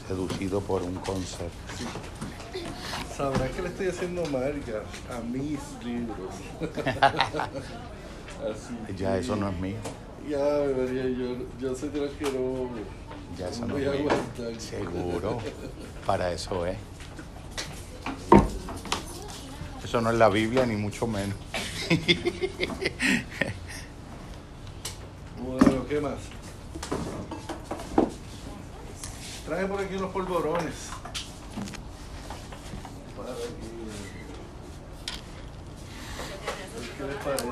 seducido por un concepto. Sí. Sabrás que le estoy haciendo marca a mis libros. Así Ya eso no es mío. Ya, María, yo soy de los que no. Ya eso no no voy es a mío. aguantar. Seguro. Para eso es. Eso no es la Biblia, ni mucho menos. Bueno, ¿qué más? Traje por aquí unos polvorones. Para aquí. ¿Qué les parece?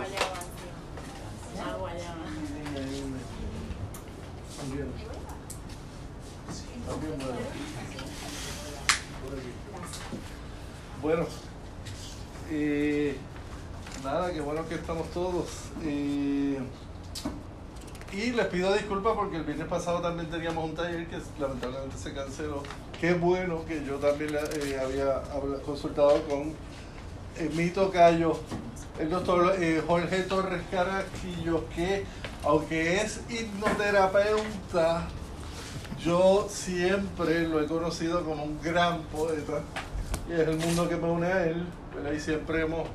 También. También bueno. Por aquí. Bueno, nada, qué bueno que estamos todos. Y les pido disculpas porque el viernes pasado también teníamos un taller que lamentablemente se canceló. Qué bueno que yo también había consultado con mi tocayo, el doctor Jorge Torres Carrasquillo, que aunque es hipnoterapeuta, yo siempre lo he conocido como un gran poeta y es el mundo que me une a él, ¿verdad? Y siempre hemos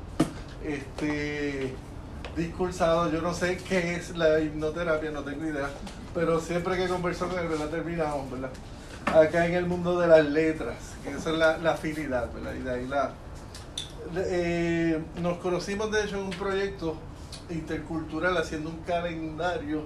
discursado. Yo no sé qué es la hipnoterapia, no tengo idea, pero siempre que converso con él, ¿verdad? Terminamos, ¿verdad? Acá en el mundo de las letras, que esa es la afinidad, ¿verdad? Y de ahí nos conocimos de hecho en un proyecto intercultural haciendo un calendario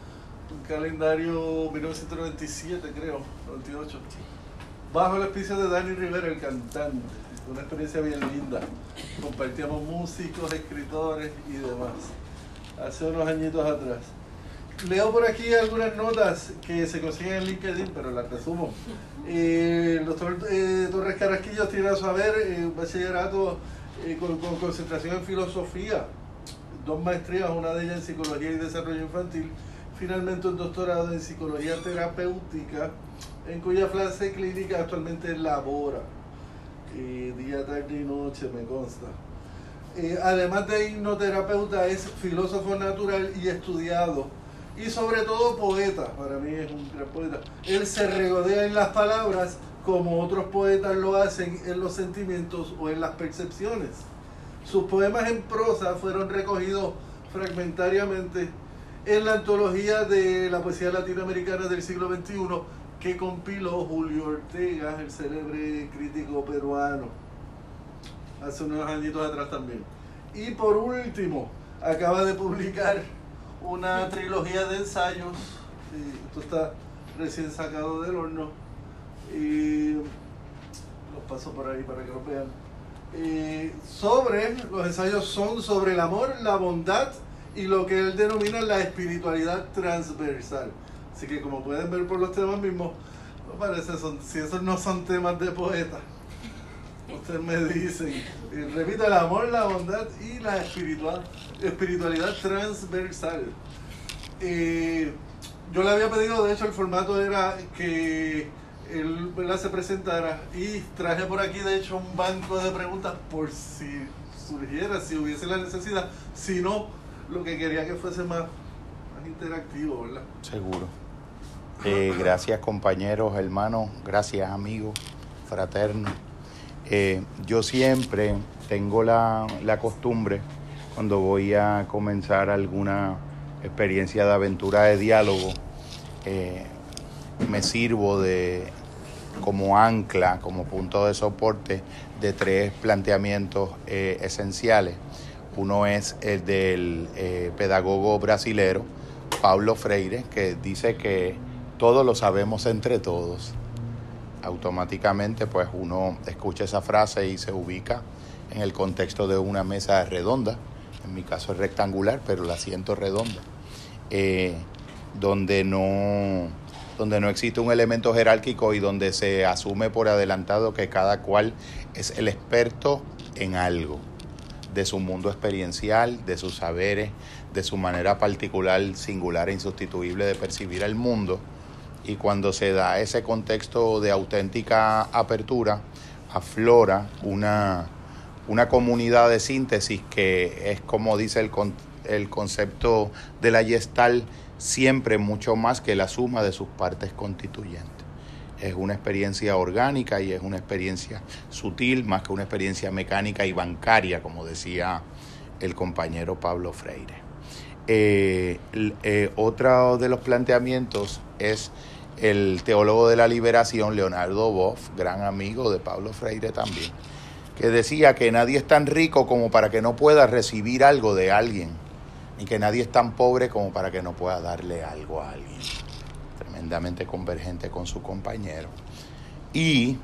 1997 creo, 98, bajo el auspicio de Dani Rivera, el cantante. Una experiencia bien linda. Compartíamos músicos, escritores y demás. Hace unos añitos atrás. Leo por aquí algunas notas que se consiguen en LinkedIn, pero las resumo. El doctor Torres Carrasquillo tiene a su haber un bachillerato con concentración en filosofía, 2 maestrías, una de ellas en psicología y desarrollo infantil, finalmente un doctorado en psicología terapéutica, en cuya fase clínica actualmente labora. Día, tarde y noche, me consta. Además de hipnoterapeuta, es filósofo natural y estudiado, y sobre todo poeta. Para mí es un gran poeta. Él se regodea en las palabras como otros poetas lo hacen en los sentimientos o en las percepciones. Sus poemas en prosa fueron recogidos fragmentariamente en la antología de la poesía latinoamericana del siglo XXI, que compiló Julio Ortega, el célebre crítico peruano, hace unos añitos atrás también. Y por último, acaba de publicar una trilogía de ensayos, esto está recién sacado del horno, y los paso por ahí para que lo vean. Los ensayos son sobre el amor, la bondad y lo que él denomina la espiritualidad transversal. Así que como pueden ver por los temas mismos, no parece, si esos no son temas de poeta, ustedes me dicen. Repito, el amor, la bondad y la espiritualidad transversal. Yo le había pedido, de hecho el formato era que él, ¿verdad?, se presentara, y traje por aquí de hecho un banco de preguntas por si surgiera, si hubiese la necesidad. Si no, lo que quería que fuese más interactivo, ¿verdad? Seguro. Gracias compañeros, hermanos, gracias amigos, fraternos. Yo siempre tengo la costumbre, cuando voy a comenzar alguna experiencia de aventura de diálogo, me sirvo como ancla, como punto de soporte de 3 planteamientos esenciales. Uno es el del pedagogo brasilero Paulo Freire, que dice que todo lo sabemos entre todos. Automáticamente pues uno escucha esa frase y se ubica en el contexto de una mesa redonda. En mi caso es rectangular, pero la siento redonda, donde no existe un elemento jerárquico y donde se asume por adelantado que cada cual es el experto en algo, de su mundo experiencial, de sus saberes, de su manera particular, singular e insustituible de percibir el mundo. Y cuando se da ese contexto de auténtica apertura, aflora una comunidad de síntesis que es, como dice el concepto de la Gestalt, siempre mucho más que la suma de sus partes constituyentes. es una experiencia orgánica y es una experiencia sutil más que una experiencia mecánica y bancaria, como decía el compañero Pablo Freire. Otro de los planteamientos es el teólogo de la liberación, Leonardo Boff, gran amigo de Pablo Freire también, que decía que nadie es tan rico como para que no pueda recibir algo de alguien, ni que nadie es tan pobre como para que no pueda darle algo a alguien. Tremendamente convergente con su compañero. Y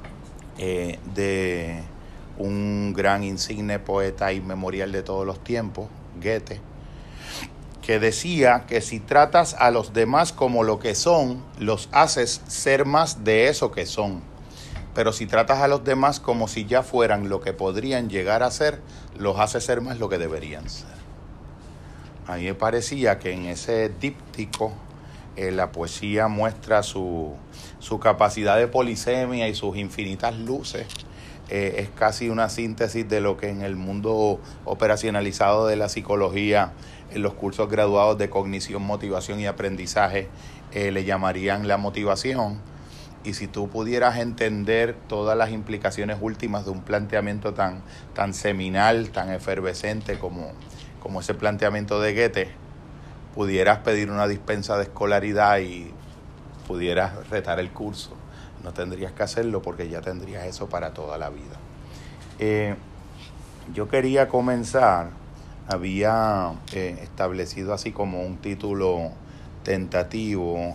de un gran insigne poeta inmemorial de todos los tiempos, Goethe, que decía que si tratas a los demás como lo que son, los haces ser más de eso que son. Pero si tratas a los demás como si ya fueran lo que podrían llegar a ser, los haces ser más lo que deberían ser. A mí me parecía que en ese díptico la poesía muestra su capacidad de polisemia y sus infinitas luces. Es casi una síntesis de lo que en el mundo operacionalizado de la psicología, en los cursos graduados de cognición, motivación y aprendizaje, le llamarían la motivación. Y si tú pudieras entender todas las implicaciones últimas de un planteamiento tan seminal, tan efervescente como ese planteamiento de Goethe, pudieras pedir una dispensa de escolaridad y pudieras retar el curso. No tendrías que hacerlo porque ya tendrías eso para toda la vida. Yo quería comenzar, había establecido así como un título tentativo,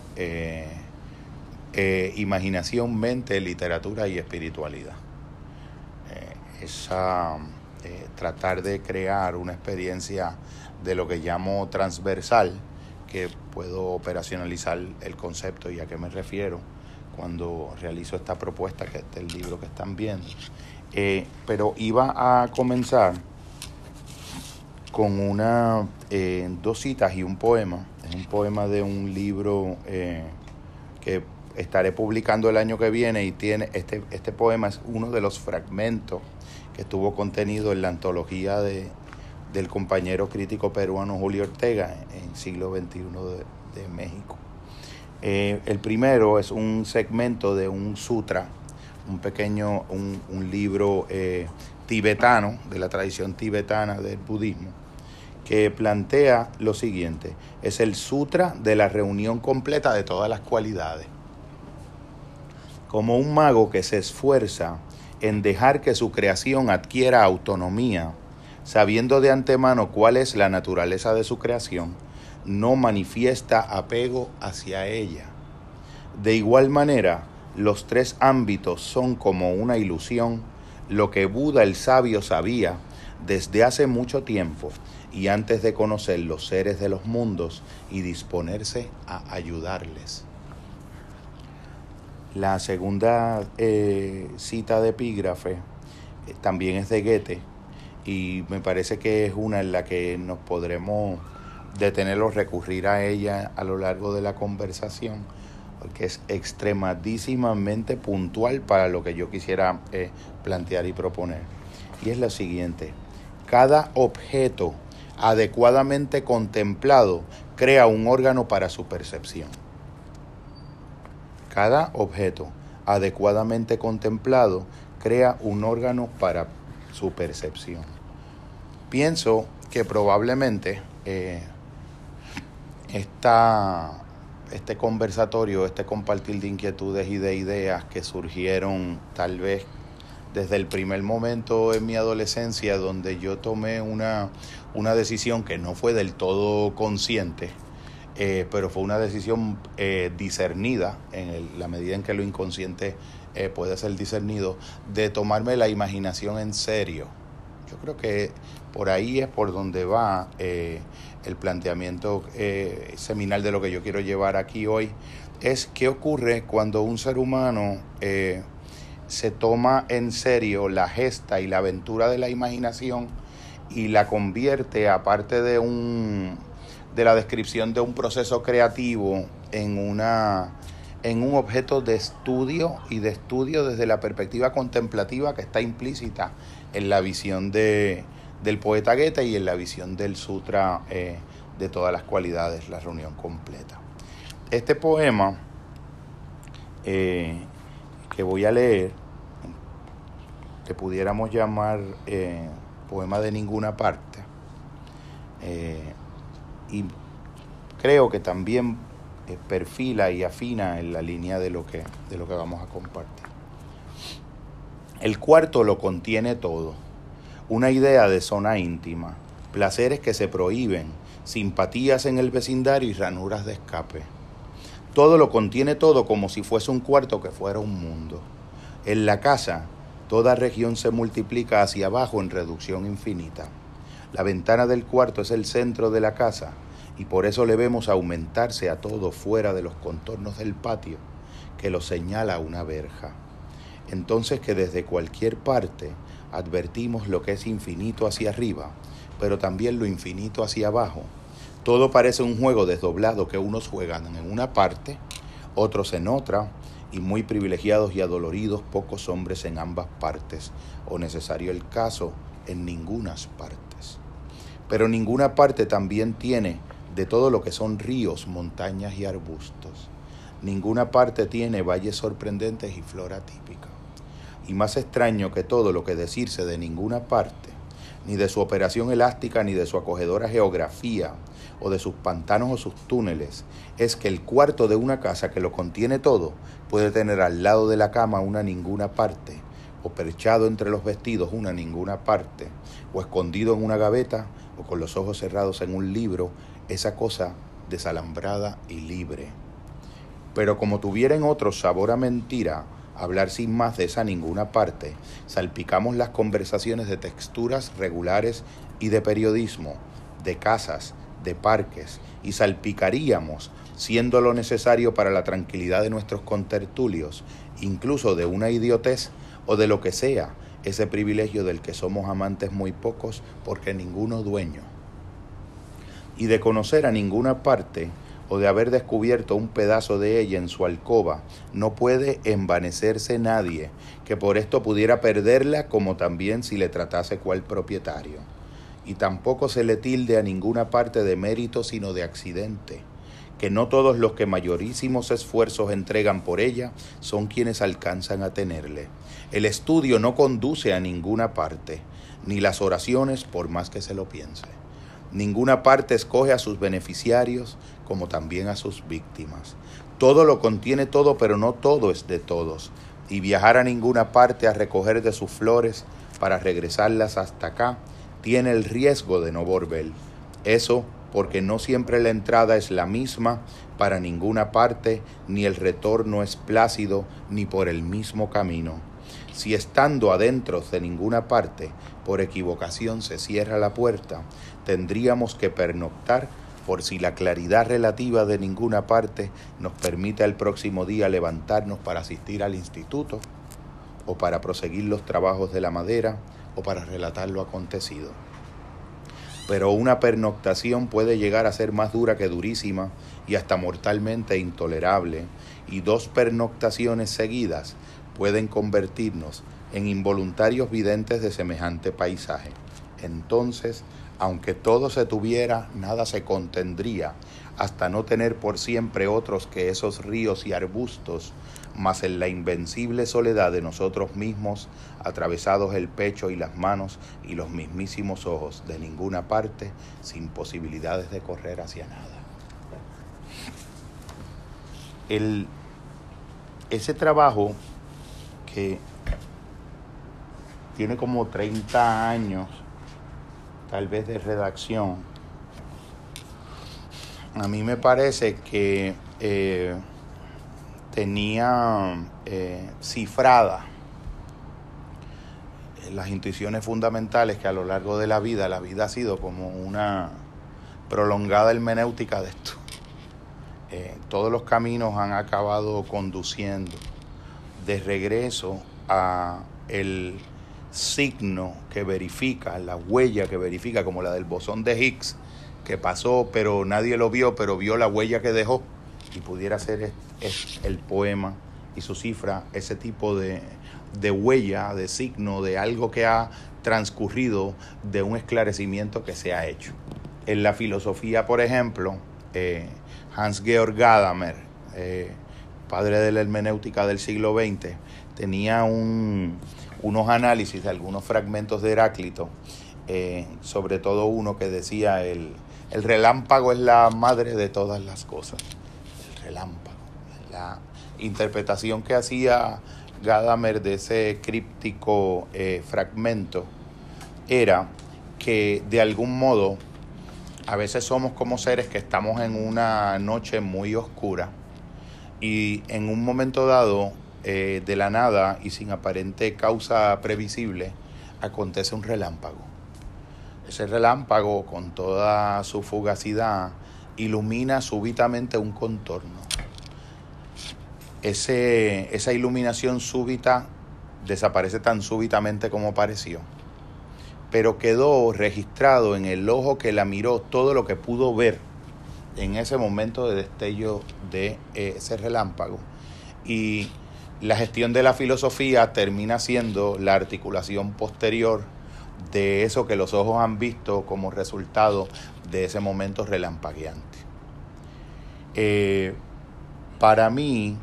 imaginación, mente, literatura y espiritualidad. Tratar de crear una experiencia de lo que llamo transversal, que puedo operacionalizar el concepto y a qué me refiero cuando realizo esta propuesta, que es el libro que están viendo. Pero iba a comenzar con dos citas y un poema. Es un poema de un libro que estaré publicando el año que viene, y tiene este poema es uno de los fragmentos que estuvo contenido en la antología del compañero crítico peruano Julio Ortega en siglo XXI de México. El primero es un segmento de un sutra, un libro tibetano, de la tradición tibetana del budismo, que plantea lo siguiente: es el sutra de la reunión completa de todas las cualidades. Como un mago que se esfuerza en dejar que su creación adquiera autonomía, sabiendo de antemano cuál es la naturaleza de su creación, no manifiesta apego hacia ella. De igual manera, los tres ámbitos son como una ilusión, lo que Buda el sabio sabía desde hace mucho tiempo y antes de conocer los seres de los mundos y disponerse a ayudarles. La segunda cita de epígrafe también es de Goethe, y me parece que es una en la que nos podremos detener o recurrir a ella a lo largo de la conversación, porque es extremadísimamente puntual para lo que yo quisiera plantear y proponer. Y es la siguiente: cada objeto adecuadamente contemplado crea un órgano para su percepción. Cada objeto adecuadamente contemplado crea un órgano para su percepción. Pienso que probablemente este conversatorio, este compartir de inquietudes y de ideas que surgieron tal vez desde el primer momento en mi adolescencia, donde yo tomé una decisión que no fue del todo consciente, pero fue una decisión discernida, en la medida en que lo inconsciente puede ser discernido, de tomarme la imaginación en serio. Yo creo que por ahí es por donde va el planteamiento seminal de lo que yo quiero llevar aquí hoy. Es qué ocurre cuando un ser humano se toma en serio la gesta y la aventura de la imaginación y la convierte, aparte de la descripción de un proceso creativo, en un objeto de estudio, y de estudio desde la perspectiva contemplativa que está implícita en la visión del poeta Goethe y en la visión del sutra de todas las cualidades, la reunión completa. Este poema que voy a leer, que pudiéramos llamar poema de ninguna parte, y creo que también perfila y afina en la línea de lo que vamos a compartir. El cuarto lo contiene todo, una idea de zona íntima, placeres que se prohíben, simpatías en el vecindario y ranuras de escape. Todo lo contiene todo como si fuese un cuarto que fuera un mundo. En la casa, toda región se multiplica hacia abajo en reducción infinita. La ventana del cuarto es el centro de la casa y por eso le vemos aumentarse a todo fuera de los contornos del patio que lo señala una verja. Entonces que desde cualquier parte advertimos lo que es infinito hacia arriba, pero también lo infinito hacia abajo. Todo parece un juego desdoblado que unos juegan en una parte, otros en otra, y muy privilegiados y adoloridos pocos hombres en ambas partes, o necesario el caso, en ningunas partes. Pero ninguna parte también tiene de todo lo que son ríos, montañas y arbustos. Ninguna parte tiene valles sorprendentes y flora típica. Y más extraño que todo lo que decirse de ninguna parte, ni de su operación elástica, ni de su acogedora geografía, o de sus pantanos o sus túneles, es que el cuarto de una casa que lo contiene todo puede tener al lado de la cama una ninguna parte, o perchado entre los vestidos una ninguna parte, o escondido en una gaveta, o con los ojos cerrados en un libro, esa cosa desalambrada y libre. Pero como tuviera en otros sabor a mentira, hablar sin más de esa ninguna parte, salpicamos las conversaciones de texturas regulares y de periodismo, de casas, de parques, y salpicaríamos, siendo lo necesario para la tranquilidad de nuestros contertulios, incluso de una idiotez o de lo que sea, ese privilegio del que somos amantes muy pocos porque ninguno dueño. Y de conocer a ninguna parte, o de haber descubierto un pedazo de ella en su alcoba, no puede envanecerse nadie que por esto pudiera perderla, como también si le tratase cual propietario. Y tampoco se le tilde a ninguna parte de mérito sino de accidente, que no todos los que mayorísimos esfuerzos entregan por ella son quienes alcanzan a tenerle. El estudio no conduce a ninguna parte, ni las oraciones por más que se lo piense. Ninguna parte escoge a sus beneficiarios como también a sus víctimas. Todo lo contiene todo, pero no todo es de todos. Y viajar a ninguna parte a recoger de sus flores para regresarlas hasta acá tiene el riesgo de no volver. Eso porque no siempre la entrada es la misma para ninguna parte, ni el retorno es plácido, ni por el mismo camino. Si estando adentro de ninguna parte, por equivocación se cierra la puerta, tendríamos que pernoctar por si la claridad relativa de ninguna parte nos permite el próximo día levantarnos para asistir al instituto, o para proseguir los trabajos de la madera, o para relatar lo acontecido. Pero una pernoctación puede llegar a ser más dura que durísima y hasta mortalmente intolerable, y 2 pernoctaciones seguidas pueden convertirnos en involuntarios videntes de semejante paisaje. Entonces, aunque todo se tuviera, nada se contendría, hasta no tener por siempre otros que esos ríos y arbustos, mas en la invencible soledad de nosotros mismos, atravesados el pecho y las manos y los mismísimos ojos, de ninguna parte, sin posibilidades de correr hacia nada. Ese trabajo, que tiene como 30 años, tal vez de redacción, a mí me parece que tenía cifrada las intuiciones fundamentales que a lo largo de la vida ha sido como una prolongada hermenéutica de esto. Todos los caminos han acabado conduciendo de regreso a el signo que verifica, la huella que verifica, como la del bosón de Higgs, que pasó pero nadie lo vio, pero vio la huella que dejó, y pudiera ser el poema y su cifra, ese tipo de huella, de signo, de algo que ha transcurrido, de un esclarecimiento que se ha hecho. En la filosofía, por ejemplo, Hans-Georg Gadamer, padre de la hermenéutica del siglo XX, tenía unos análisis de algunos fragmentos de Heráclito, sobre todo uno que decía el relámpago es la madre de todas las cosas. El relámpago. La interpretación que hacía Gadamer de ese críptico fragmento era que de algún modo a veces somos como seres que estamos en una noche muy oscura y en un momento dado, de la nada y sin aparente causa previsible, acontece un relámpago. Ese relámpago, con toda su fugacidad, ilumina súbitamente un contorno. Esa iluminación súbita desaparece tan súbitamente como apareció, pero quedó registrado en el ojo que la miró todo lo que pudo ver en ese momento de destello de ese relámpago. Y la gestión de la filosofía termina siendo la articulación posterior de eso que los ojos han visto como resultado de ese momento relampagueante. Para mí,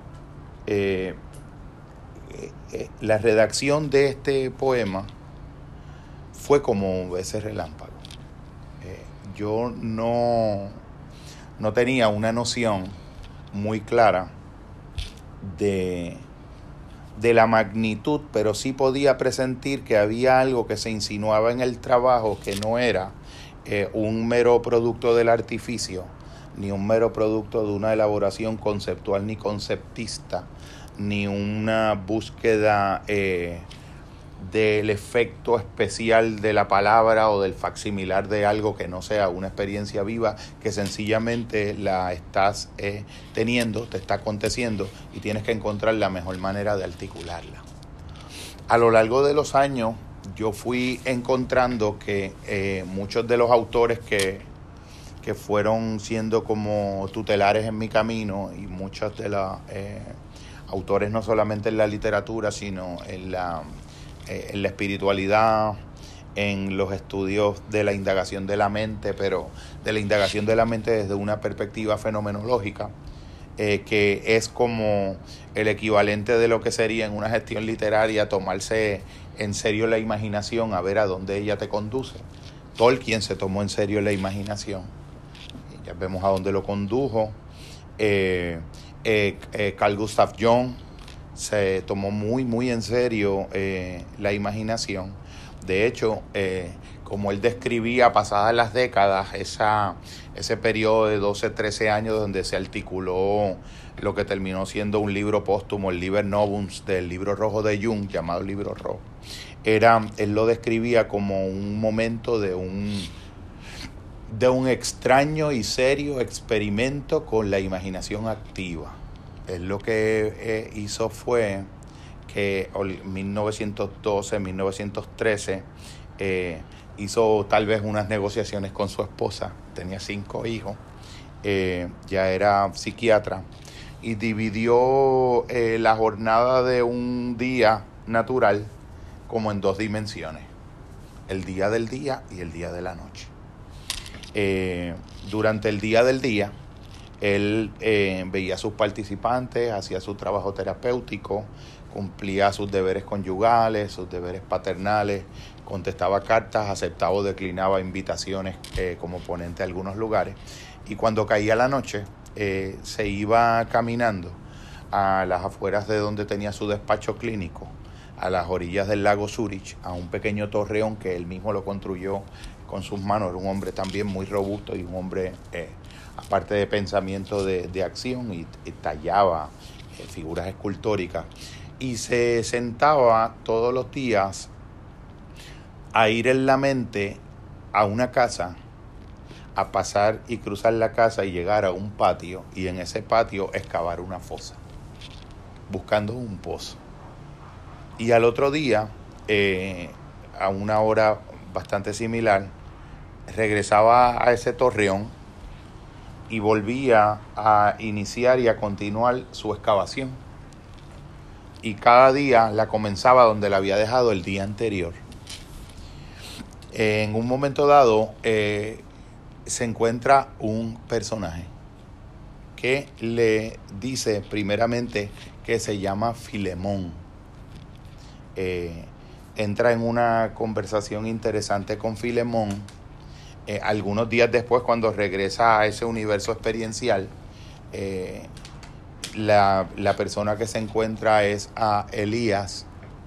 la redacción de este poema fue como ese relámpago. Yo no tenía una noción muy clara de la magnitud, pero sí podía presentir que había algo que se insinuaba en el trabajo que no era un mero producto del artificio, ni un mero producto de una elaboración conceptual ni conceptista, ni una búsqueda del efecto especial de la palabra o del facsimilar de algo que no sea una experiencia viva, que sencillamente la estás teniendo, te está aconteciendo y tienes que encontrar la mejor manera de articularla. A lo largo de los años yo fui encontrando que muchos de los autores que fueron siendo como tutelares en mi camino, y muchos de los autores no solamente en la literatura, sino en la espiritualidad, en los estudios de la indagación de la mente, pero de la indagación de la mente desde una perspectiva fenomenológica, que es como el equivalente de lo que sería en una gestión literaria tomarse en serio la imaginación, a ver a dónde ella te conduce. Tolkien se tomó en serio la imaginación, y ya vemos a dónde lo condujo. Carl Gustav Jung se tomó muy en serio la imaginación. De hecho, como él describía pasadas las décadas, ese periodo de 12, 13 años donde se articuló lo que terminó siendo un libro póstumo, el Liber Novus del libro rojo de Jung, llamado Libro Rojo, él lo describía como un momento de un extraño y serio experimento con la imaginación activa. Él lo que hizo fue que en 1912, 1913, hizo tal vez unas negociaciones con su esposa, tenía 5 hijos, ya era psiquiatra, y dividió la jornada de un día natural como en 2 dimensiones, el día del día y el día de la noche. Durante el día del día, él veía a sus participantes, hacía su trabajo terapéutico, cumplía sus deberes conyugales, sus deberes paternales, contestaba cartas, aceptaba o declinaba invitaciones como ponente a algunos lugares. Y cuando caía la noche, se iba caminando a las afueras de donde tenía su despacho clínico, a las orillas del lago Zúrich, a un pequeño torreón que él mismo lo construyó con sus manos. Era un hombre también muy robusto y un hombre, aparte de pensamiento de acción, y tallaba figuras escultóricas. Y se sentaba todos los días a ir en la mente a una casa, a pasar y cruzar la casa y llegar a un patio, y en ese patio excavar una fosa, buscando un pozo. Y al otro día, a una hora bastante similar, regresaba a ese torreón y volvía a iniciar y a continuar su excavación. Y cada día la comenzaba donde la había dejado el día anterior. En un momento dado se encuentra un personaje que le dice primeramente que se llama Filemón. Entra en una conversación interesante con Filemón. Algunos días después, cuando regresa a ese universo experiencial, la persona que se encuentra es a Elías.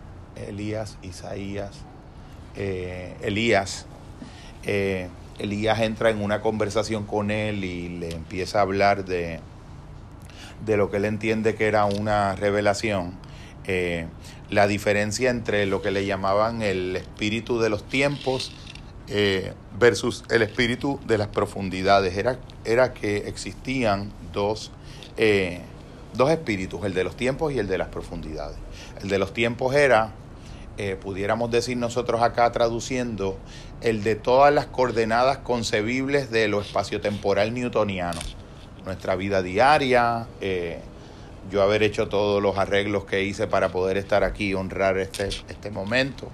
Elías entra en una conversación con él y le empieza a hablar de lo que él entiende que era una revelación. La diferencia entre lo que le llamaban el espíritu de los tiempos versus el espíritu de las profundidades era que existían dos espíritus, el de los tiempos y el de las profundidades. El de los tiempos era, pudiéramos decir nosotros acá traduciendo, el de todas las coordenadas concebibles de lo espaciotemporal newtoniano. Nuestra vida diaria, yo haber hecho todos los arreglos que hice para poder estar aquí y honrar este momento,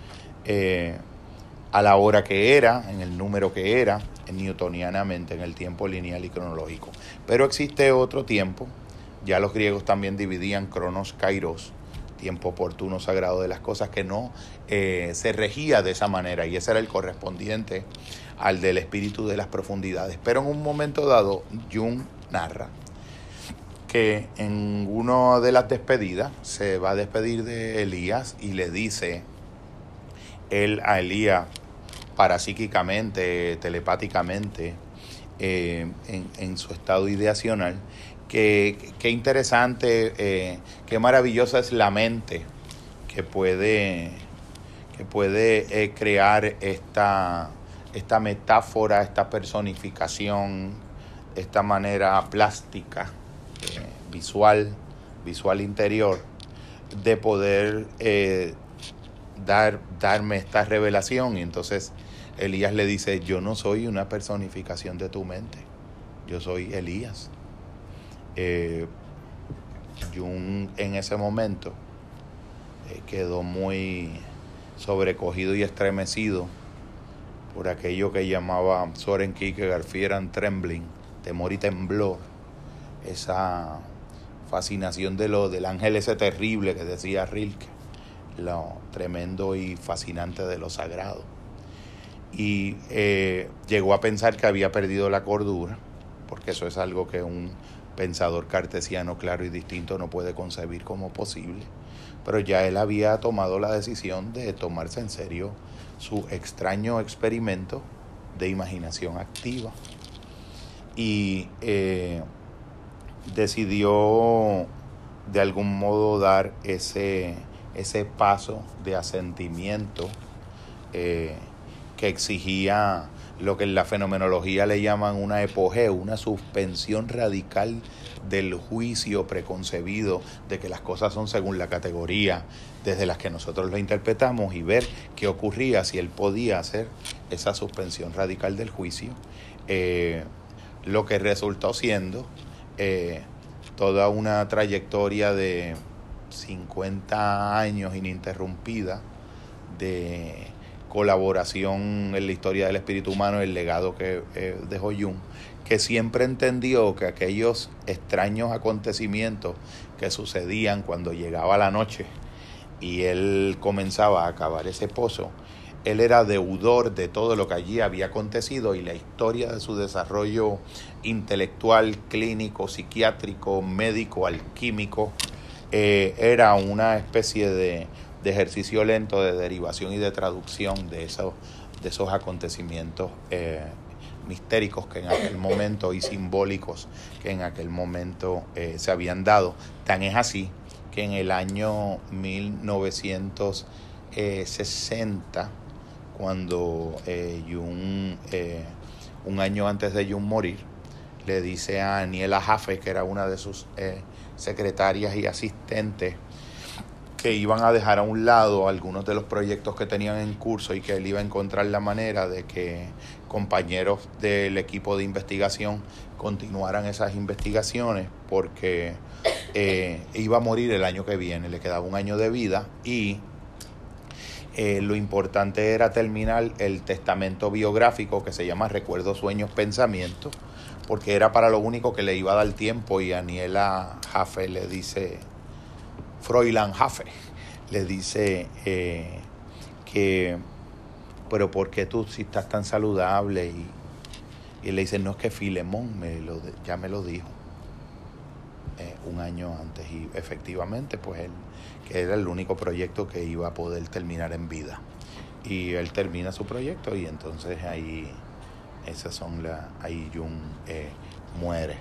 a la hora que era, en el número que era, newtonianamente, en el tiempo lineal y cronológico. Pero existe otro tiempo, ya los griegos también dividían cronos, kairos, tiempo oportuno, sagrado de las cosas, que no se regía de esa manera, y ese era el correspondiente al del espíritu de las profundidades. Pero en un momento dado, Jung narra que en una de las despedidas se va a despedir de Elías y le dice él a Elías parapsíquicamente, telepáticamente, en su estado ideacional, que interesante, qué maravillosa es la mente que puede crear esta metáfora, esta personificación, esta manera plástica, visual interior, de poder darme esta revelación. Y entonces Elías le dice: yo no soy una personificación de tu mente, yo soy Elías. Jung en ese momento quedó muy sobrecogido y estremecido por aquello que llamaba Soren Kierkegaard Fear and Trembling, temor y temblor, esa fascinación del ángel ese terrible que decía Rilke, lo tremendo y fascinante de lo sagrado. Y llegó a pensar que había perdido la cordura, porque eso es algo que un pensador cartesiano claro y distinto no puede concebir como posible. Pero ya él había tomado la decisión de tomarse en serio su extraño experimento de imaginación activa. Y decidió de algún modo dar ese paso de asentimiento que exigía lo que en la fenomenología le llaman una epogeo, una suspensión radical del juicio preconcebido de que las cosas son según la categoría desde las que nosotros lo interpretamos, y ver qué ocurría si él podía hacer esa suspensión radical del juicio, lo que resultó siendo toda una trayectoria de 50 años ininterrumpida de colaboración en la historia del espíritu humano, el legado que dejó Jung, que siempre entendió que aquellos extraños acontecimientos que sucedían cuando llegaba la noche y él comenzaba a acabar ese pozo, él era deudor de todo lo que allí había acontecido, y la historia de su desarrollo intelectual, clínico, psiquiátrico, médico, alquímico, era una especie de ejercicio lento de derivación y de traducción de esos acontecimientos mistéricos que en aquel momento, y simbólicos que en aquel momento se habían dado. Tan es así que en el año 1960, cuando Jung, un año antes de Jung morir, le dice a Aniela Jaffe, que era una de sus secretarias y asistentes, que iban a dejar a un lado algunos de los proyectos que tenían en curso y que él iba a encontrar la manera de que compañeros del equipo de investigación continuaran esas investigaciones, porque iba a morir el año que viene, le quedaba un año de vida, y lo importante era terminar el testamento biográfico que se llama Recuerdos, Sueños, Pensamientos, porque era para lo único que le iba a dar tiempo, y Aniela Jaffe le dice, Fräulein Jaffe, le dice que, pero ¿por qué tú si estás tan saludable? Y le dice, no, es que Filemón ya me lo dijo un año antes, y efectivamente pues él, que era el único proyecto que iba a poder terminar en vida, y él termina su proyecto, y entonces ahí ahí Jung muere.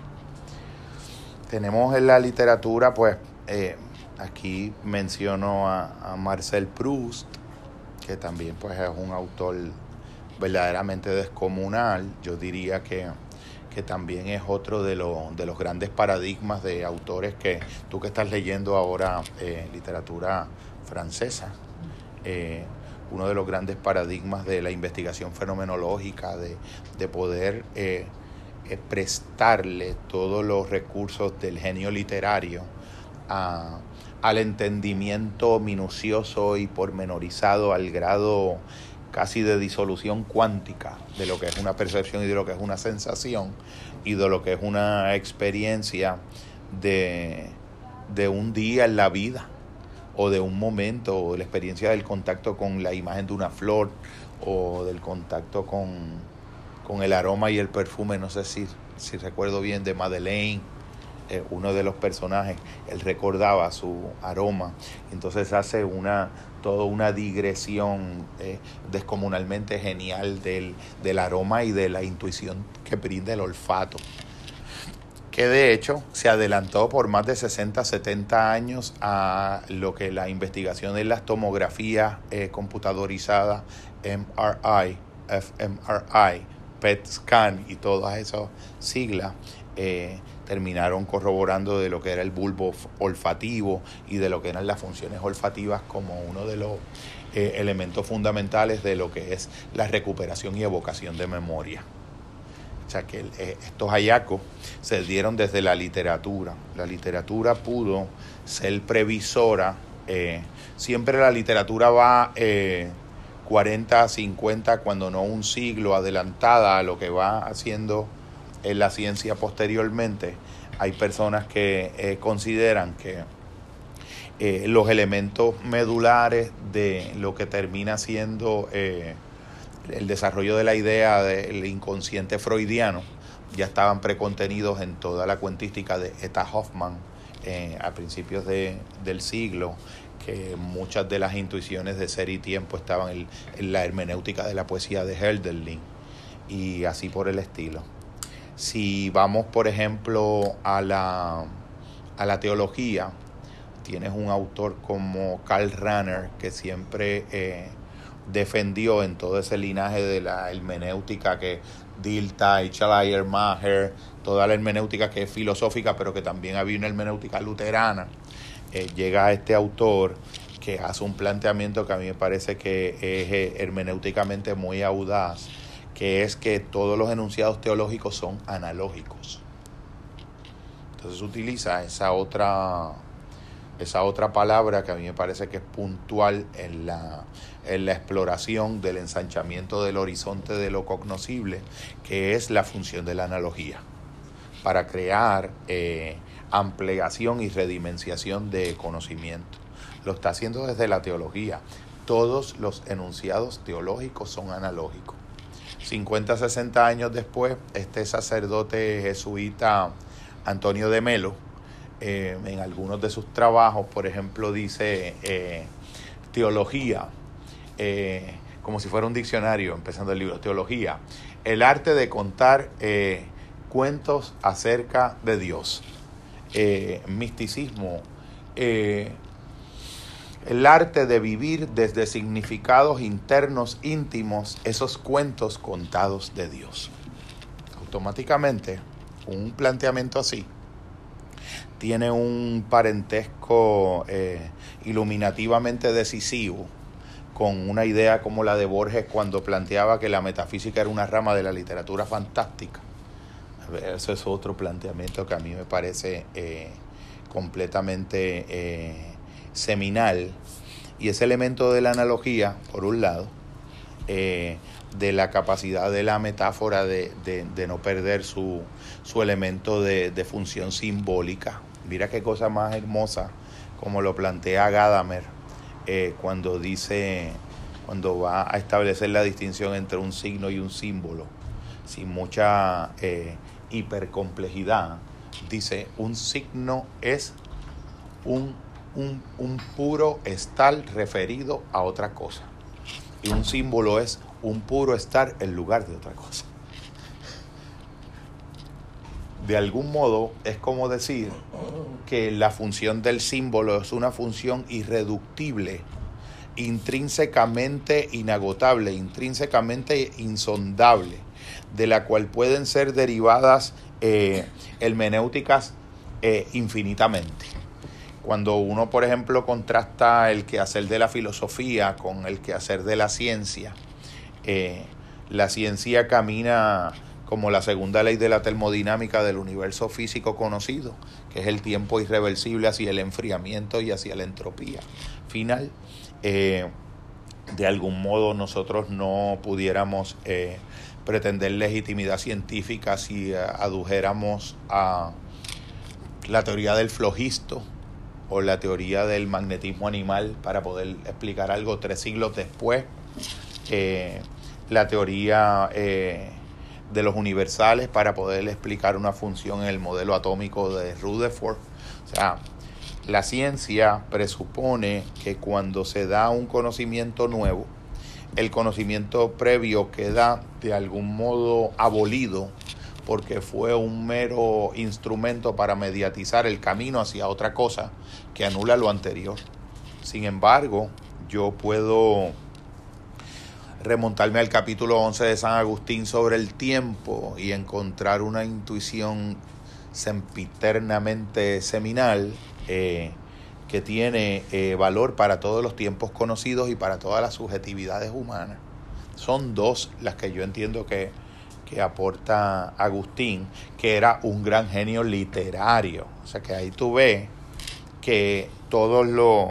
Tenemos en la literatura, pues aquí menciono a Marcel Proust, que también pues es un autor verdaderamente descomunal. Yo diría que también es otro de los grandes paradigmas de autores que tú que estás leyendo ahora literatura francesa, uno de los grandes paradigmas de la investigación fenomenológica, de poder prestarle todos los recursos del genio literario al entendimiento minucioso y pormenorizado al grado casi de disolución cuántica de lo que es una percepción y de lo que es una sensación y de lo que es una experiencia de un día en la vida, o de un momento, o de la experiencia del contacto con la imagen de una flor, o del contacto con el aroma y el perfume. No sé si recuerdo bien, de Madeleine, uno de los personajes, él recordaba su aroma, entonces hace toda una digresión descomunalmente genial del aroma y de la intuición que brinda el olfato, que de hecho se adelantó por más de 60, 70 años a lo que la investigación de las tomografías computadorizadas, MRI, fMRI, PET scan y todas esas siglas terminaron corroborando de lo que era el bulbo olfativo y de lo que eran las funciones olfativas como uno de los elementos fundamentales de lo que es la recuperación y evocación de memoria. O sea que estos hallazgos se dieron desde la literatura. La literatura pudo ser previsora. Siempre la literatura va 40, 50, cuando no un siglo adelantada a lo que va haciendo en la ciencia posteriormente. Hay personas que consideran que los elementos medulares de lo que termina siendo el desarrollo de la idea del inconsciente freudiano ya estaban precontenidos en toda la cuentística de Eta Hoffmann a principios del siglo, que muchas de las intuiciones de ser y tiempo estaban en la hermenéutica de la poesía de Hölderlin y así por el estilo. Si vamos, por ejemplo, a la teología, tienes un autor como Karl Rahner, que siempre defendió en todo ese linaje de la hermenéutica que Dilthey, Schleiermacher, toda la hermenéutica que es filosófica, pero que también había una hermenéutica luterana. Llega a este autor que hace un planteamiento que a mí me parece que es hermenéuticamente muy audaz, que es que todos los enunciados teológicos son analógicos. Entonces utiliza esa otra palabra que a mí me parece que es puntual en la exploración del ensanchamiento del horizonte de lo cognoscible, que es la función de la analogía, para crear ampliación y redimenciación de conocimiento. Lo está haciendo desde la teología. Todos los enunciados teológicos son analógicos. 50, 60 años después, este sacerdote jesuita Antonio de Melo, en algunos de sus trabajos, por ejemplo, dice teología, como si fuera un diccionario, empezando el libro, teología, el arte de contar cuentos acerca de Dios. Misticismo, el arte de vivir desde significados internos íntimos esos cuentos contados de Dios. Automáticamente, un planteamiento así tiene un parentesco iluminativamente decisivo con una idea como la de Borges cuando planteaba que la metafísica era una rama de la literatura fantástica. Eso es otro planteamiento que a mí me parece completamente seminal. Y ese elemento de la analogía, por un lado, de la capacidad de la metáfora de no perder su elemento de función simbólica. Mira qué cosa más hermosa como lo plantea Gadamer cuando va a establecer la distinción entre un signo y un símbolo, sin mucha hipercomplejidad. Dice, un signo es un puro estar referido a otra cosa, y un símbolo es un puro estar en lugar de otra cosa. De algún modo es como decir que la función del símbolo es una función irreductible, intrínsecamente inagotable, intrínsecamente insondable, de la cual pueden ser derivadas hermenéuticas infinitamente. Cuando uno, por ejemplo, contrasta el quehacer de la filosofía con el quehacer de la ciencia camina como la segunda ley de la termodinámica del universo físico conocido, que es el tiempo irreversible hacia el enfriamiento y hacia la entropía final. De algún modo nosotros no pudiéramos pretender legitimidad científica si adujéramos a la teoría del flogisto o la teoría del magnetismo animal para poder explicar algo 3 siglos después. La teoría de los universales para poder explicar una función en el modelo atómico de Rutherford. O sea, la ciencia presupone que cuando se da un conocimiento nuevo, el conocimiento previo queda de algún modo abolido porque fue un mero instrumento para mediatizar el camino hacia otra cosa que anula lo anterior. Sin embargo, yo puedo remontarme al capítulo 11 de San Agustín sobre el tiempo y encontrar una intuición sempiternamente seminal que tiene valor para todos los tiempos conocidos y para todas las subjetividades humanas. Son 2 las que yo entiendo que aporta Agustín, que era un gran genio literario. O sea que ahí tú ves que todo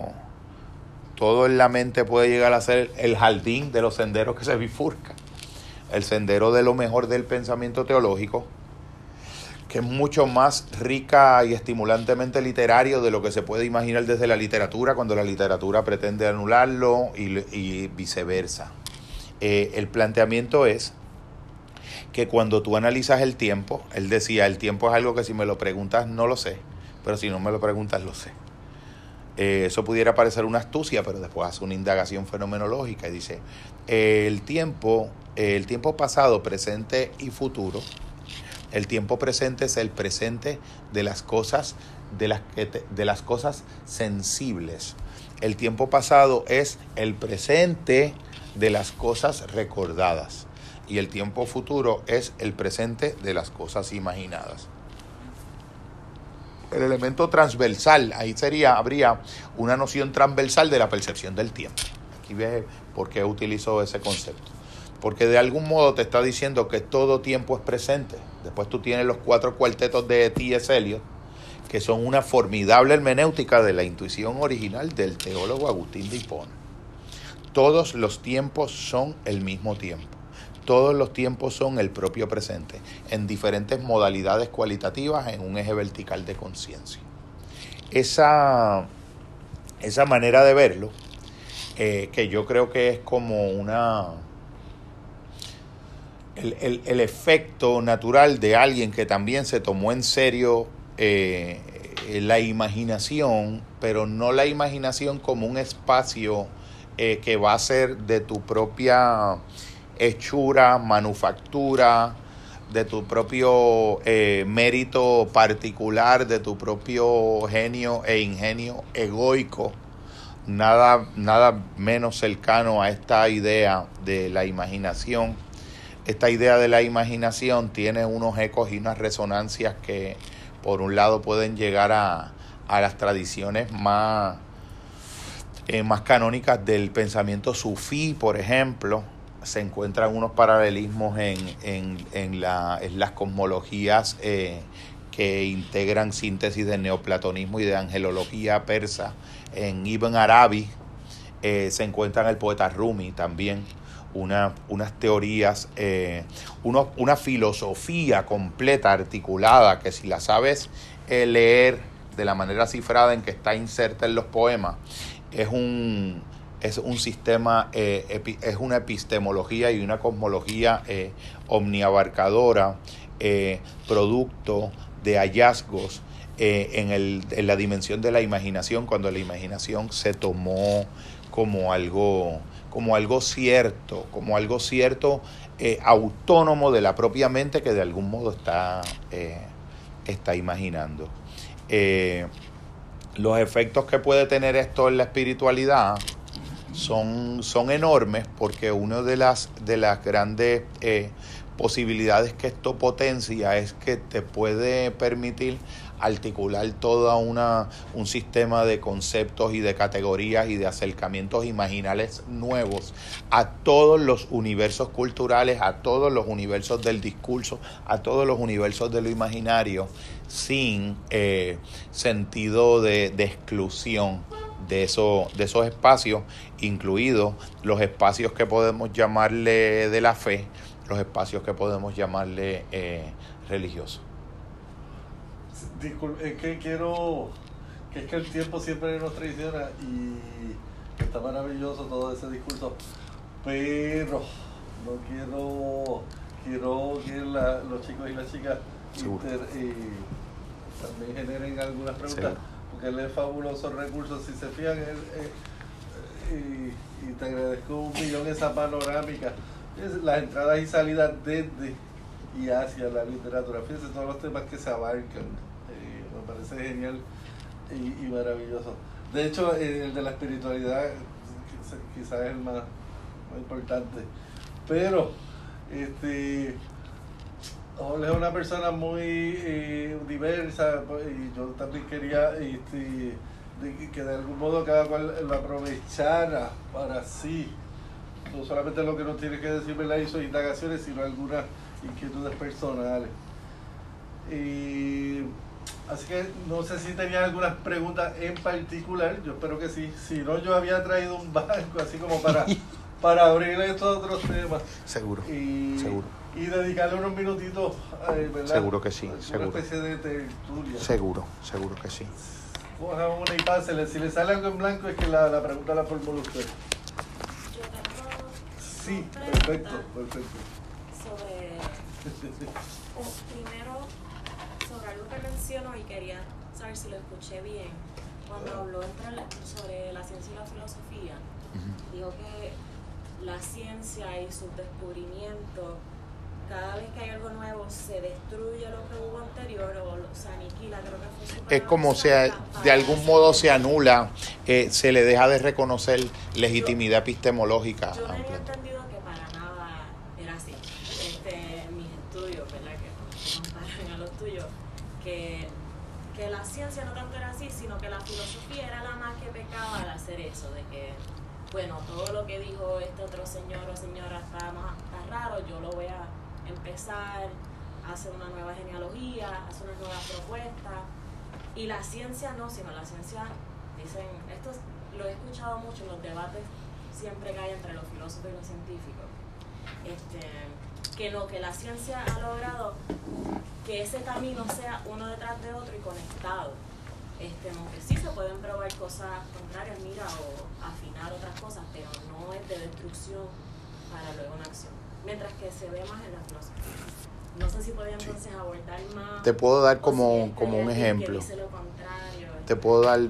en la mente puede llegar a ser el jardín de los senderos que se bifurcan. El sendero de lo mejor del pensamiento teológico, que es mucho más rica y estimulantemente literario de lo que se puede imaginar desde la literatura, cuando la literatura pretende anularlo y viceversa. El planteamiento es que cuando tú analizas el tiempo, él decía, el tiempo es algo que si me lo preguntas no lo sé, pero si no me lo preguntas lo sé. Eso pudiera parecer una astucia, pero después hace una indagación fenomenológica y dice, el tiempo pasado, presente y futuro. El tiempo presente es el presente de las cosas, de las cosas sensibles. El tiempo pasado es el presente de las cosas recordadas. Y el tiempo futuro es el presente de las cosas imaginadas. El elemento transversal, ahí habría una noción transversal de la percepción del tiempo. Aquí ves por qué utilizo ese concepto. Porque de algún modo te está diciendo que todo tiempo es presente. Después tú tienes los 4 cuartetos de T.S. Eliot, que son una formidable hermenéutica de la intuición original del teólogo Agustín de Hipona. Todos los tiempos son el mismo tiempo. Todos los tiempos son el propio presente, en diferentes modalidades cualitativas en un eje vertical de conciencia. Esa manera de verlo, que yo creo que es como el efecto natural de alguien que también se tomó en serio la imaginación, pero no la imaginación como un espacio que va a ser de tu propia hechura, manufactura, de tu propio mérito particular, de tu propio genio e ingenio egoico, nada menos cercano a esta idea de la imaginación. Esta idea de la imaginación tiene unos ecos y unas resonancias que, por un lado, pueden llegar a las tradiciones más canónicas del pensamiento sufí, por ejemplo. Se encuentran unos paralelismos en las cosmologías que integran síntesis de neoplatonismo y de angelología persa. En Ibn Arabi se encuentra el poeta Rumi también. unas teorías, una filosofía completa, articulada, que si la sabes leer de la manera cifrada en que está inserta en los poemas, es un sistema, es una epistemología y una cosmología omniabarcadora, producto de hallazgos en la dimensión de la imaginación, cuando la imaginación se tomó como algo cierto, autónomo de la propia mente, que de algún modo está imaginando. Los efectos que puede tener esto en la espiritualidad son enormes, porque una de las grandes posibilidades que esto potencia es que te puede permitir articular todo un sistema de conceptos y de categorías y de acercamientos imaginales nuevos a todos los universos culturales, a todos los universos del discurso, a todos los universos de lo imaginario, sin sentido de exclusión de esos espacios, incluidos los espacios que podemos llamarle de la fe, los espacios que podemos llamarle religiosos. Disculpe, es que el tiempo siempre nos traiciona y está maravilloso todo ese discurso, pero no quiero que los chicos y las chicas también generen algunas preguntas. Seguro. Porque él es fabuloso recurso, si se fijan, y te agradezco 1.000.000 esa panorámica, las entradas y salidas desde y hacia la literatura. Fíjense todos los temas que se abarcan, me parece genial y maravilloso. De hecho, el de la espiritualidad quizás es el más importante, pero Jorge es una persona muy diversa, y yo también quería que de algún modo cada cual lo aprovechara para sí, no solamente lo que nos tiene que decir, ¿verdad?, y sus indagaciones, sino algunas inquietudes personales. Así que no sé si tenía algunas preguntas en particular, yo espero que sí. Si no, yo había traído un banco así como para abrir estos otros temas. Seguro. Y dedicarle unos minutitos, ¿verdad? Seguro que sí. Una seguro. especie de tertulia. Seguro que sí. Coja una y pásele. Si le sale algo en blanco es que la pregunta la formula usted. Yo tengo sí, perfecto. Sobre primero sobre algo que mencionó y quería saber si lo escuché bien. Cuando habló sobre la ciencia y la filosofía, dijo que la ciencia y sus descubrimientos, cada vez que hay algo nuevo, se destruye lo que hubo anterior o se aniquila, creo que fue es como de algún modo se anula, se le deja de reconocer legitimidad epistemológica. Yo había entendido que para nada era así. Mis estudios, ¿verdad?, que comparan a los tuyos, que la ciencia no tanto era así, sino que la filosofía era la más que pecaba al hacer eso, de que, bueno, todo lo que dijo este otro señor o señora está raro, yo lo voy a empezar a hacer una nueva genealogía, hacer una nueva propuesta. Y la ciencia no, sino la ciencia, dicen, esto lo he escuchado mucho en los debates siempre que hay entre los filósofos y los científicos, que la ciencia ha logrado que ese camino sea uno detrás de otro y conectado. Aunque sí se pueden probar cosas contrarias, o afinar otras cosas, pero no es de destrucción para luego una acción. Mientras que se ve más en la filosofía. No sé si podía entonces abordar más. Te puedo dar como un ejemplo. Que dice lo contrario. Te puedo dar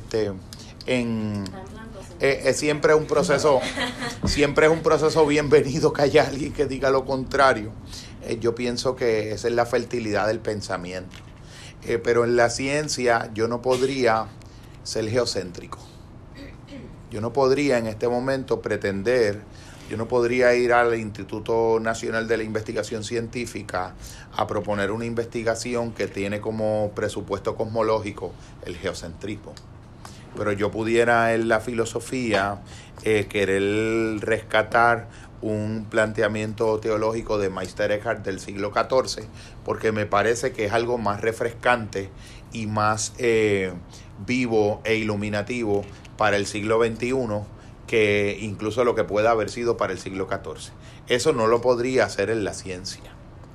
siempre es un proceso bienvenido que haya alguien que diga lo contrario. Yo pienso que esa es la fertilidad del pensamiento. Pero en la ciencia yo no podría ser geocéntrico. Yo no podría en este momento yo no podría ir al Instituto Nacional de la Investigación Científica a proponer una investigación que tiene como presupuesto cosmológico el geocentrismo. Pero yo pudiera en la filosofía querer rescatar un planteamiento teológico de Meister Eckhart del siglo XIV, porque me parece que es algo más refrescante y más vivo e iluminativo para el siglo XXI que incluso lo que pueda haber sido para el siglo XIV. Eso no lo podría hacer en la ciencia.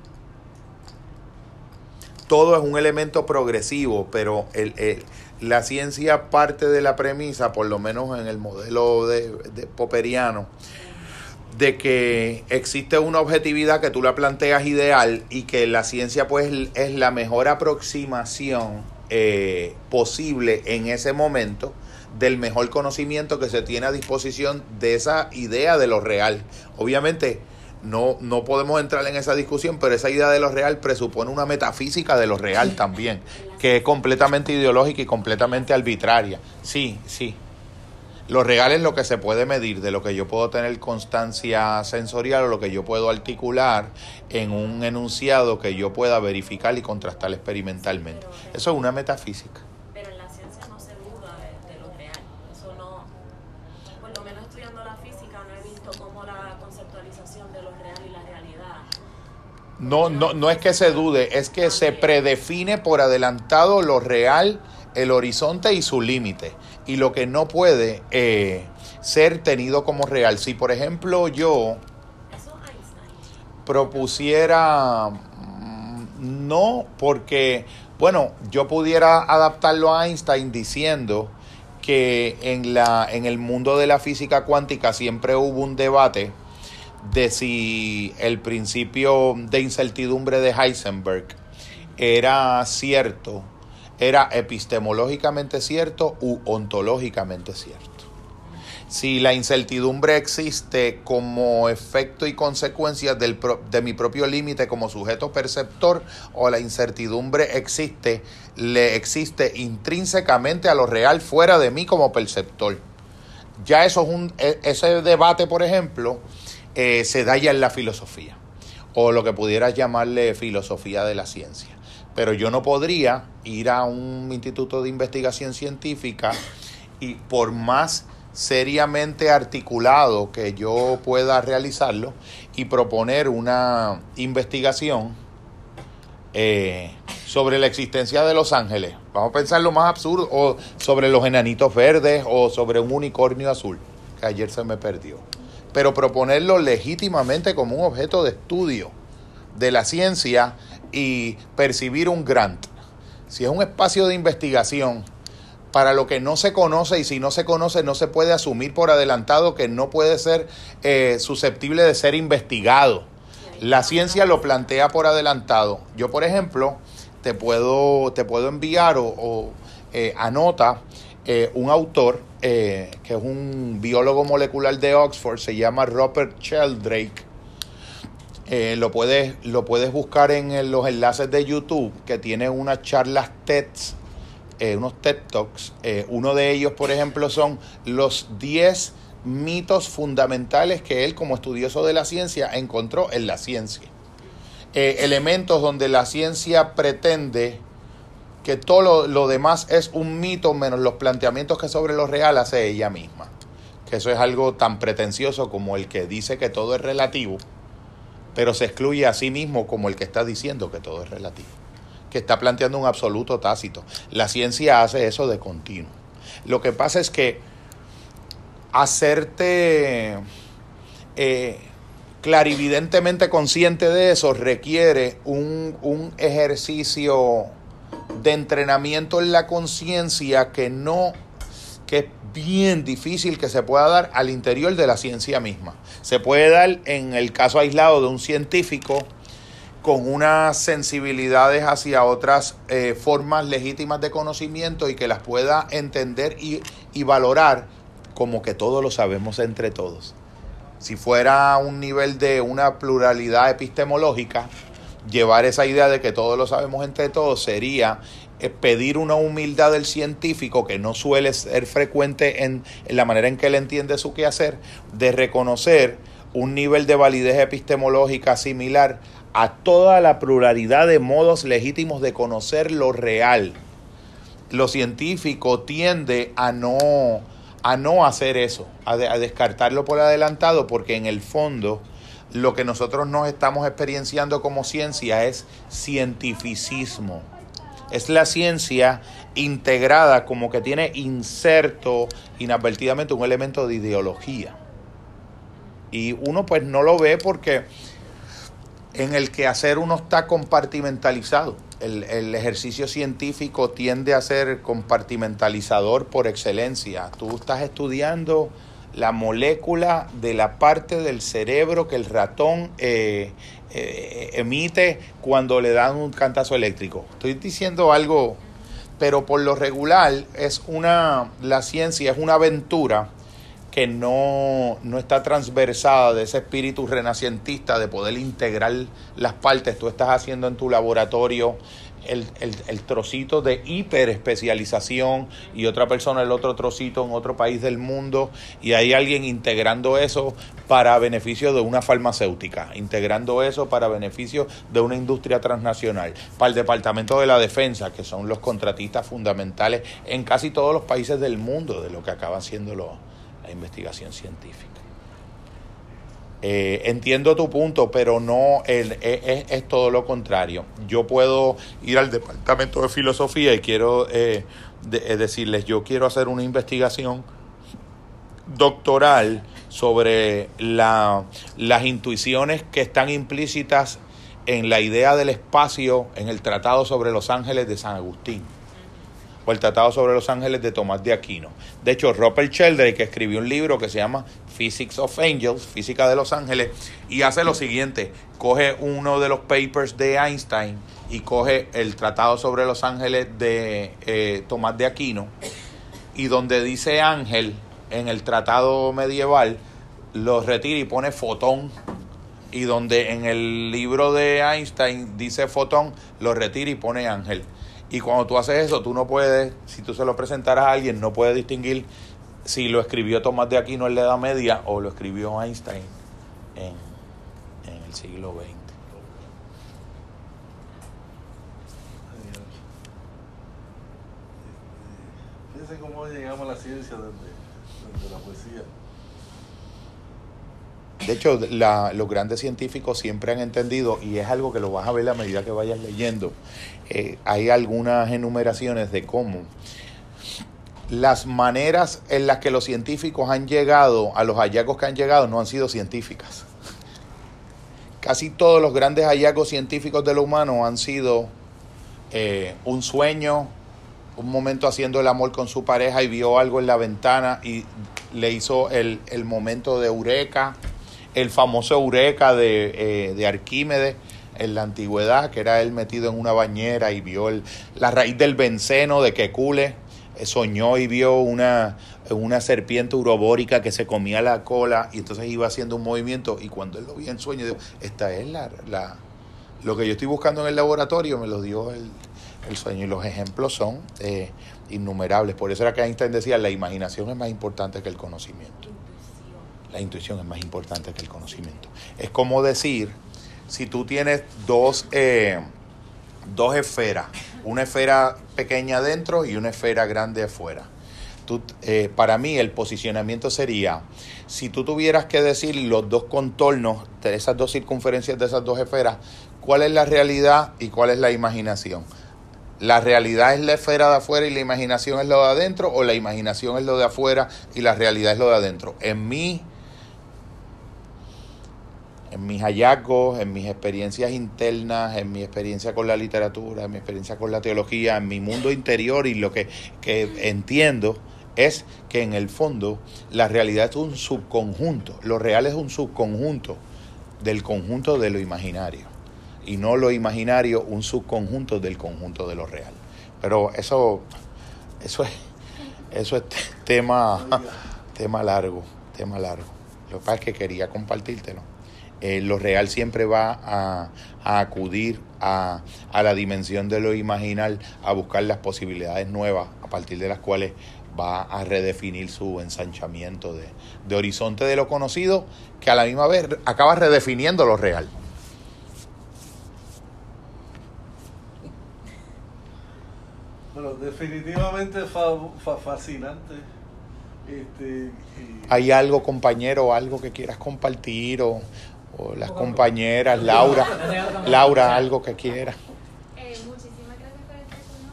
Todo es un elemento progresivo, pero la ciencia parte de la premisa, por lo menos en el modelo de popperiano, de que existe una objetividad que tú la planteas ideal y que la ciencia pues es la mejor aproximación posible en ese momento del mejor conocimiento que se tiene a disposición de esa idea de lo real. Obviamente no podemos entrar en esa discusión, pero esa idea de lo real presupone una metafísica de lo real también, que es completamente ideológica y completamente arbitraria. Sí. Lo real es lo que se puede medir, de lo que yo puedo tener constancia sensorial o lo que yo puedo articular en un enunciado que yo pueda verificar y contrastar experimentalmente. Eso es una metafísica. Pero en la ciencia no se duda de lo real. Eso no, por lo menos estudiando la física no he visto cómo la conceptualización de lo real y la realidad. No es que se dude, es que se predefine por adelantado lo real, el horizonte y su límite, y lo que no puede ser tenido como real. Si por ejemplo yo propusiera, no, porque bueno, yo pudiera adaptarlo a Einstein diciendo que en el mundo de la física cuántica siempre hubo un debate de si el principio de incertidumbre de Heisenberg era cierto, era epistemológicamente cierto u ontológicamente cierto. Si la incertidumbre existe como efecto y consecuencia de mi propio límite como sujeto perceptor, o la incertidumbre le existe intrínsecamente a lo real fuera de mí como perceptor. Ya eso es ese debate, por ejemplo, se da ya en la filosofía, o lo que pudieras llamarle filosofía de la ciencia. Pero yo no podría ir a un instituto de investigación científica y por más seriamente articulado que yo pueda realizarlo y proponer una investigación sobre la existencia de los ángeles. Vamos a pensar lo más absurdo, o sobre los enanitos verdes, o sobre un unicornio azul, que ayer se me perdió. Pero proponerlo legítimamente como un objeto de estudio de la ciencia y percibir un grant. Si es un espacio de investigación para lo que no se conoce, y si no se conoce no se puede asumir por adelantado que no puede ser susceptible de ser investigado. La ciencia lo plantea por adelantado. Yo, por ejemplo, te puedo enviar o anota un autor que es un biólogo molecular de Oxford, se llama Rupert Sheldrake. Lo puedes buscar en los enlaces de YouTube, que tiene unas charlas TED, unos TED Talks. Uno de ellos, por ejemplo, son los 10 mitos fundamentales que él, como estudioso de la ciencia, encontró en la ciencia. Elementos donde la ciencia pretende que todo lo demás es un mito, menos los planteamientos que sobre lo real hace ella misma. Que eso es algo tan pretencioso como el que dice que todo es relativo, pero se excluye a sí mismo como el que está diciendo que todo es relativo, que está planteando un absoluto tácito. La ciencia hace eso de continuo. Lo que pasa es que hacerte clarividentemente consciente de eso requiere un ejercicio de entrenamiento en la conciencia que es bien difícil que se pueda dar al interior de la ciencia misma. Se puede dar en el caso aislado de un científico con unas sensibilidades hacia otras formas legítimas de conocimiento y que las pueda entender y valorar como que todo lo sabemos entre todos. Si fuera un nivel de una pluralidad epistemológica, llevar esa idea de que todo lo sabemos entre todos sería pedir una humildad del científico que no suele ser frecuente en la manera en que él entiende su quehacer, de reconocer un nivel de validez epistemológica similar a toda la pluralidad de modos legítimos de conocer lo real. Lo científico tiende a no hacer eso, a descartarlo por adelantado, porque en el fondo lo que nosotros nos estamos experienciando como ciencia es cientificismo. Es la ciencia integrada, como que tiene inserto inadvertidamente un elemento de ideología. Y uno pues no lo ve porque en el quehacer uno está compartimentalizado. El ejercicio científico tiende a ser compartimentalizador por excelencia. Tú estás estudiando la molécula de la parte del cerebro que el ratón emite cuando le dan un cantazo eléctrico. Estoy diciendo algo, pero por lo regular la ciencia es una aventura que no está transversada de ese espíritu renacentista de poder integrar las partes. Tú estás haciendo en tu laboratorio el trocito de hiperespecialización y otra persona el otro trocito en otro país del mundo, y hay alguien integrando eso para beneficio de una farmacéutica, integrando eso para beneficio de una industria transnacional, para el Departamento de la Defensa, que son los contratistas fundamentales en casi todos los países del mundo de lo que acaba siendo la investigación científica. Entiendo tu punto, pero no es todo lo contrario. Yo puedo ir al departamento de filosofía y quiero decirles, yo quiero hacer una investigación doctoral sobre las intuiciones que están implícitas en la idea del espacio en el Tratado sobre los Ángeles de San Agustín, o el Tratado sobre los Ángeles de Tomás de Aquino. De hecho, Rupert Sheldrake escribió un libro que se llama Physics of Angels, Física de los Ángeles, y hace lo siguiente: coge uno de los papers de Einstein y coge el Tratado sobre los Ángeles de Tomás de Aquino, y donde dice ángel en el tratado medieval lo retira y pone fotón, y donde en el libro de Einstein dice fotón lo retira y pone ángel. Y cuando tú haces eso, tú no puedes, si tú se lo presentaras a alguien, no puedes distinguir si lo escribió Tomás de Aquino en la Edad Media o lo escribió Einstein en el siglo XX. Fíjense cómo llegamos a la ciencia desde la poesía. De hecho, los grandes científicos siempre han entendido, y es algo que lo vas a ver a medida que vayas leyendo, hay algunas enumeraciones de cómo las maneras en las que los científicos han llegado a los hallazgos que han llegado no han sido científicas. Casi todos los grandes hallazgos científicos de lo humano han sido un sueño, un momento haciendo el amor con su pareja y vio algo en la ventana y le hizo el momento de eureka. El famoso eureka de Arquímedes en la antigüedad, que era él metido en una bañera y vio la raíz del benceno de Kekule, soñó y vio una serpiente urobórica que se comía la cola, y entonces iba haciendo un movimiento, y cuando él lo vio en sueño, dijo, esta es lo que yo estoy buscando en el laboratorio, me lo dio el sueño. Y los ejemplos son innumerables. Por eso era que Einstein decía, la imaginación es más importante que el conocimiento. La intuición es más importante que el conocimiento. Es como decir, si tú tienes dos esferas, una esfera pequeña adentro y una esfera grande afuera. Para mí el posicionamiento sería, si tú tuvieras que decir los dos contornos de esas dos circunferencias de esas dos esferas, ¿cuál es la realidad y cuál es la imaginación? ¿La realidad es la esfera de afuera y la imaginación es lo de adentro, o la imaginación es lo de afuera y la realidad es lo de adentro? En mis hallazgos, en mis experiencias internas, en mi experiencia con la literatura, en mi experiencia con la teología, en mi mundo interior, y lo que entiendo es que en el fondo la realidad es un subconjunto, lo real es un subconjunto del conjunto de lo imaginario, y no lo imaginario un subconjunto del conjunto de lo real. Pero eso es tema largo. Lo que pasa es que quería compartírtelo. Lo real siempre va a acudir a la dimensión de lo imaginal, a buscar las posibilidades nuevas, a partir de las cuales va a redefinir su ensanchamiento de horizonte de lo conocido, que a la misma vez acaba redefiniendo lo real. Bueno, definitivamente fascinante. ¿Hay algo, compañero, algo que quieras compartir, o las compañeras, Laura, algo que quieras? Muchísimas gracias por estar con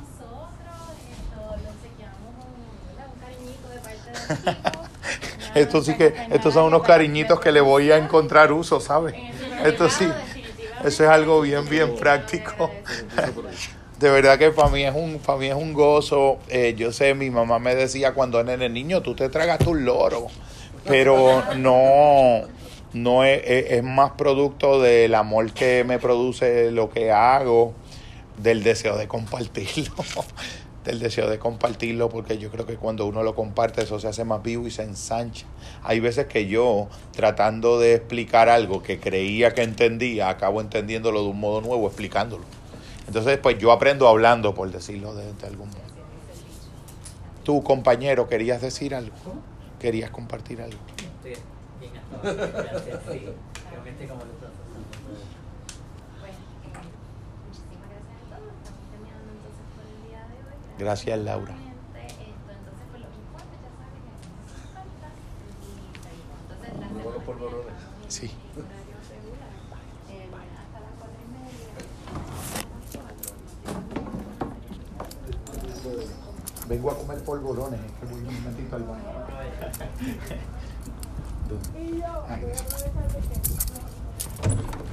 Esto sí que, estos son unos cariñitos que le voy a encontrar uso, ¿sabes? Esto sí, eso es algo bien, bien práctico. De verdad que para mí es un gozo. Yo sé, mi mamá me decía cuando era niño, tú te tragas tu loro, pero no es más producto del amor que me produce lo que hago, del deseo de compartirlo. Del deseo de compartirlo, porque yo creo que cuando uno lo comparte eso se hace más vivo y se ensancha. Hay veces que yo, tratando de explicar algo que creía que entendía, acabo entendiéndolo de un modo nuevo, explicándolo. Entonces, pues yo aprendo hablando, por decirlo de algún modo. Tu compañero, ¿querías decir algo? ¿Querías compartir algo? Estoy bien hasta abajo. Gracias, sí. Realmente como lo estás pasando todo. Muchísimas gracias a todos. Estamos terminando entonces por el día de hoy. Gracias, Laura. Entonces, pues los informes ya saben que hacemos falta y seguimos. Entonces, la Muy buenos polvorones. Sí. horario regular. Hasta las 4:30. Vengo a comer polvorones, es que voy un momentito al baño. Y yo voy a aprovechar de que